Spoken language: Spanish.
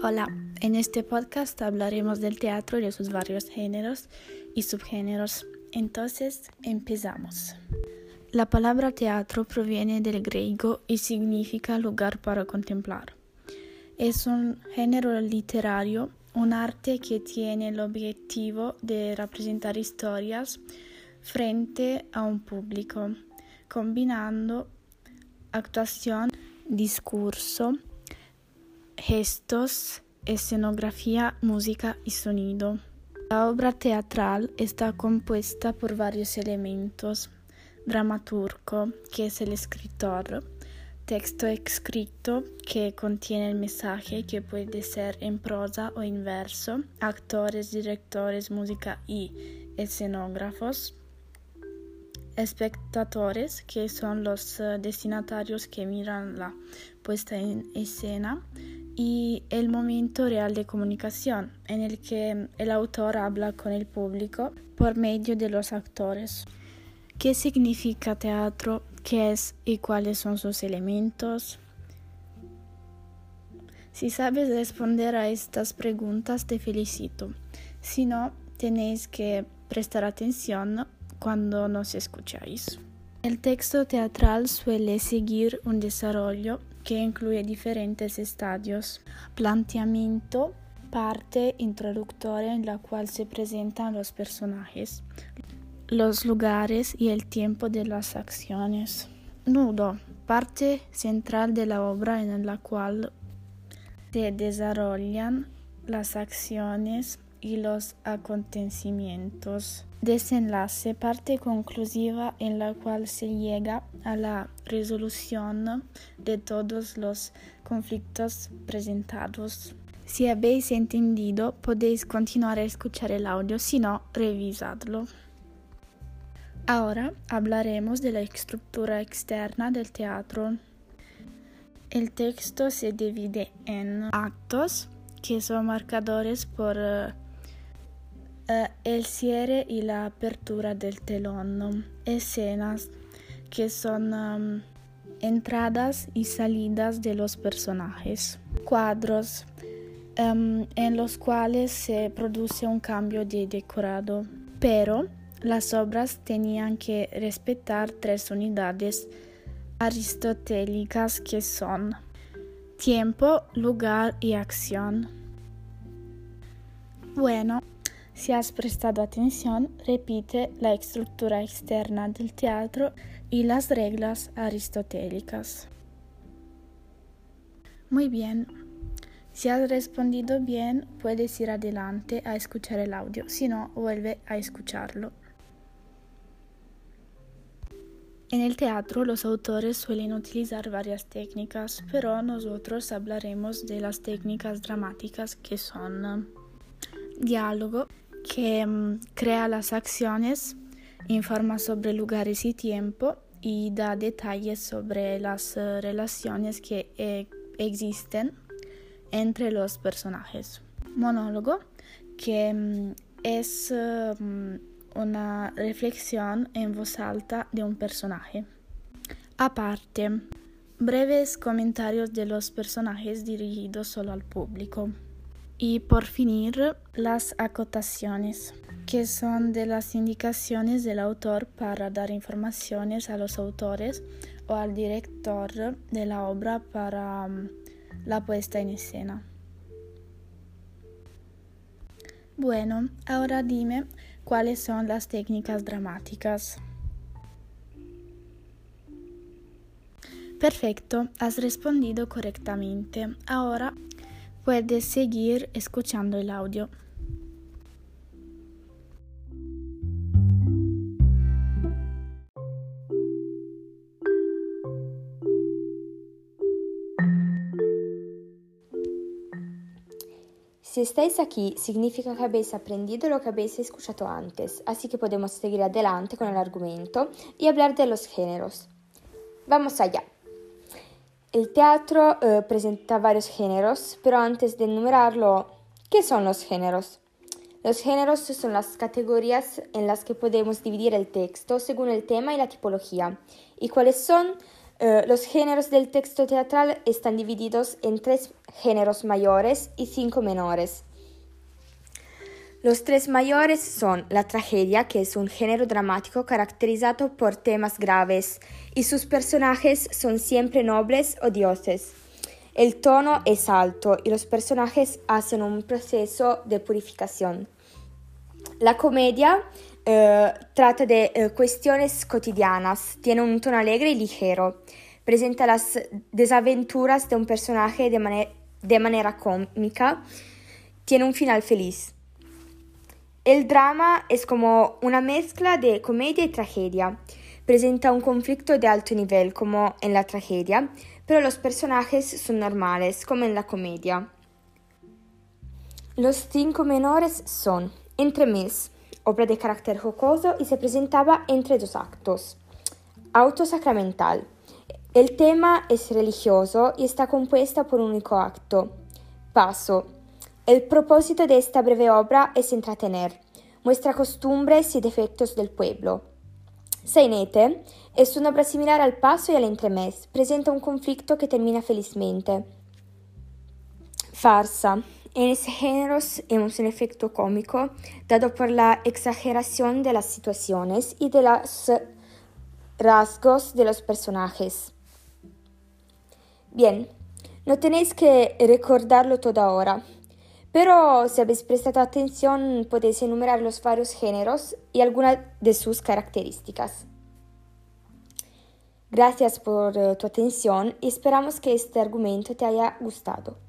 Hola, en este podcast hablaremos del teatro y de sus varios géneros y subgéneros. Entonces, empezamos. La palabra teatro proviene del griego y significa lugar para contemplar. Es un género literario, un arte que tiene el objetivo de representar historias frente a un público, combinando actuación, discurso, gestos, escenografía, música y sonido. La obra teatral está compuesta por varios elementos: dramaturgo, que es el escritor; texto escrito, que contiene el mensaje, que puede ser en prosa o en verso; actores, directores, música y escenógrafos; espectadores, que son los destinatarios que miran la puesta en escena; y el momento real de comunicación, en el que el autor habla con el público por medio de los actores. ¿Qué significa teatro? ¿Qué es y cuáles son sus elementos? Si sabes responder a estas preguntas, te felicito. Si no, tenéis que prestar atención cuando nos escucháis. El texto teatral suele seguir un desarrollo que incluye diferentes estadios: planteamiento, parte introductoria en la cual se presentan los personajes, los lugares y el tiempo de las acciones; nudo, parte central de la obra en la cual se desarrollan las acciones y los acontecimientos; desenlace, parte conclusiva en la cual se llega a la resolución de todos los conflictos presentados. Si habéis entendido, podéis continuar a escuchar el audio; si no, revisadlo. Ahora hablaremos de la estructura externa del teatro. El texto se divide en actos, que son marcadores por el cierre y la apertura del telón; escenas, que son entradas y salidas de los personajes; cuadros, en los cuales se produce un cambio de decorado. Pero las obras tenían que respetar 3 unidades aristotélicas, que son tiempo, lugar y acción. Bueno, si has prestado atención, repite la estructura externa del teatro y las reglas aristotélicas. Muy bien. Si has respondido bien, puedes ir adelante a escuchar el audio; si no, vuelve a escucharlo. En el teatro, los autores suelen utilizar varias técnicas, pero nosotros hablaremos de las técnicas dramáticas, que son diálogo, que crea las acciones, informa sobre lugares y tiempo y da detalles sobre las relaciones que existen entre los personajes; monólogo, que es una reflexión en voz alta de un personaje; aparte, breves comentarios de los personajes dirigidos solo al público; y por finir, las acotaciones, que son de las indicaciones del autor para dar informaciones a los autores o al director de la obra para la puesta en escena. Bueno, ahora dime cuáles son las técnicas dramáticas. Perfecto, has respondido correctamente. Ahora puedes seguir escuchando el audio. Si estáis aquí, significa que habéis aprendido lo que habéis escuchado antes, así que podemos seguir adelante con el argumento y hablar de los géneros. Vamos allá. El teatro presenta varios géneros, pero antes de enumerarlo, ¿qué son los géneros? Los géneros son las categorías en las que podemos dividir el texto según el tema y la tipología. ¿Y cuáles son? Los géneros del texto teatral están divididos en 3 géneros mayores y 5 menores. Los 3 mayores son la tragedia, que es un género dramático caracterizado por temas graves y sus personajes son siempre nobles o dioses. El tono es alto y los personajes hacen un proceso de purificación. La comedia trata de cuestiones cotidianas, tiene un tono alegre y ligero, presenta las desaventuras de un personaje de manera cómica, tiene un final feliz. El drama es como una mezcla de comedia y tragedia, presenta un conflicto de alto nivel como en la tragedia, pero los personajes son normales como en la comedia. Los 5 menores son Entremés, obra de carácter jocoso y se presentaba entre 2 actos. Auto sacramental. El tema es religioso y está compuesta por un único acto. Paso. El propósito de esta breve obra es entretener. Muestra costumbres y defectos del pueblo. Sainete es una obra similar al Paso y al Entremés. Presenta un conflicto que termina felizmente. Farsa. En ese género hemos un efecto cómico dado por la exageración de las situaciones y de los rasgos de los personajes. Bien, no tenéis que recordarlo todo ahora, pero si habéis prestado atención podéis enumerar los varios géneros y algunas de sus características. Gracias por tu atención y esperamos que este argumento te haya gustado.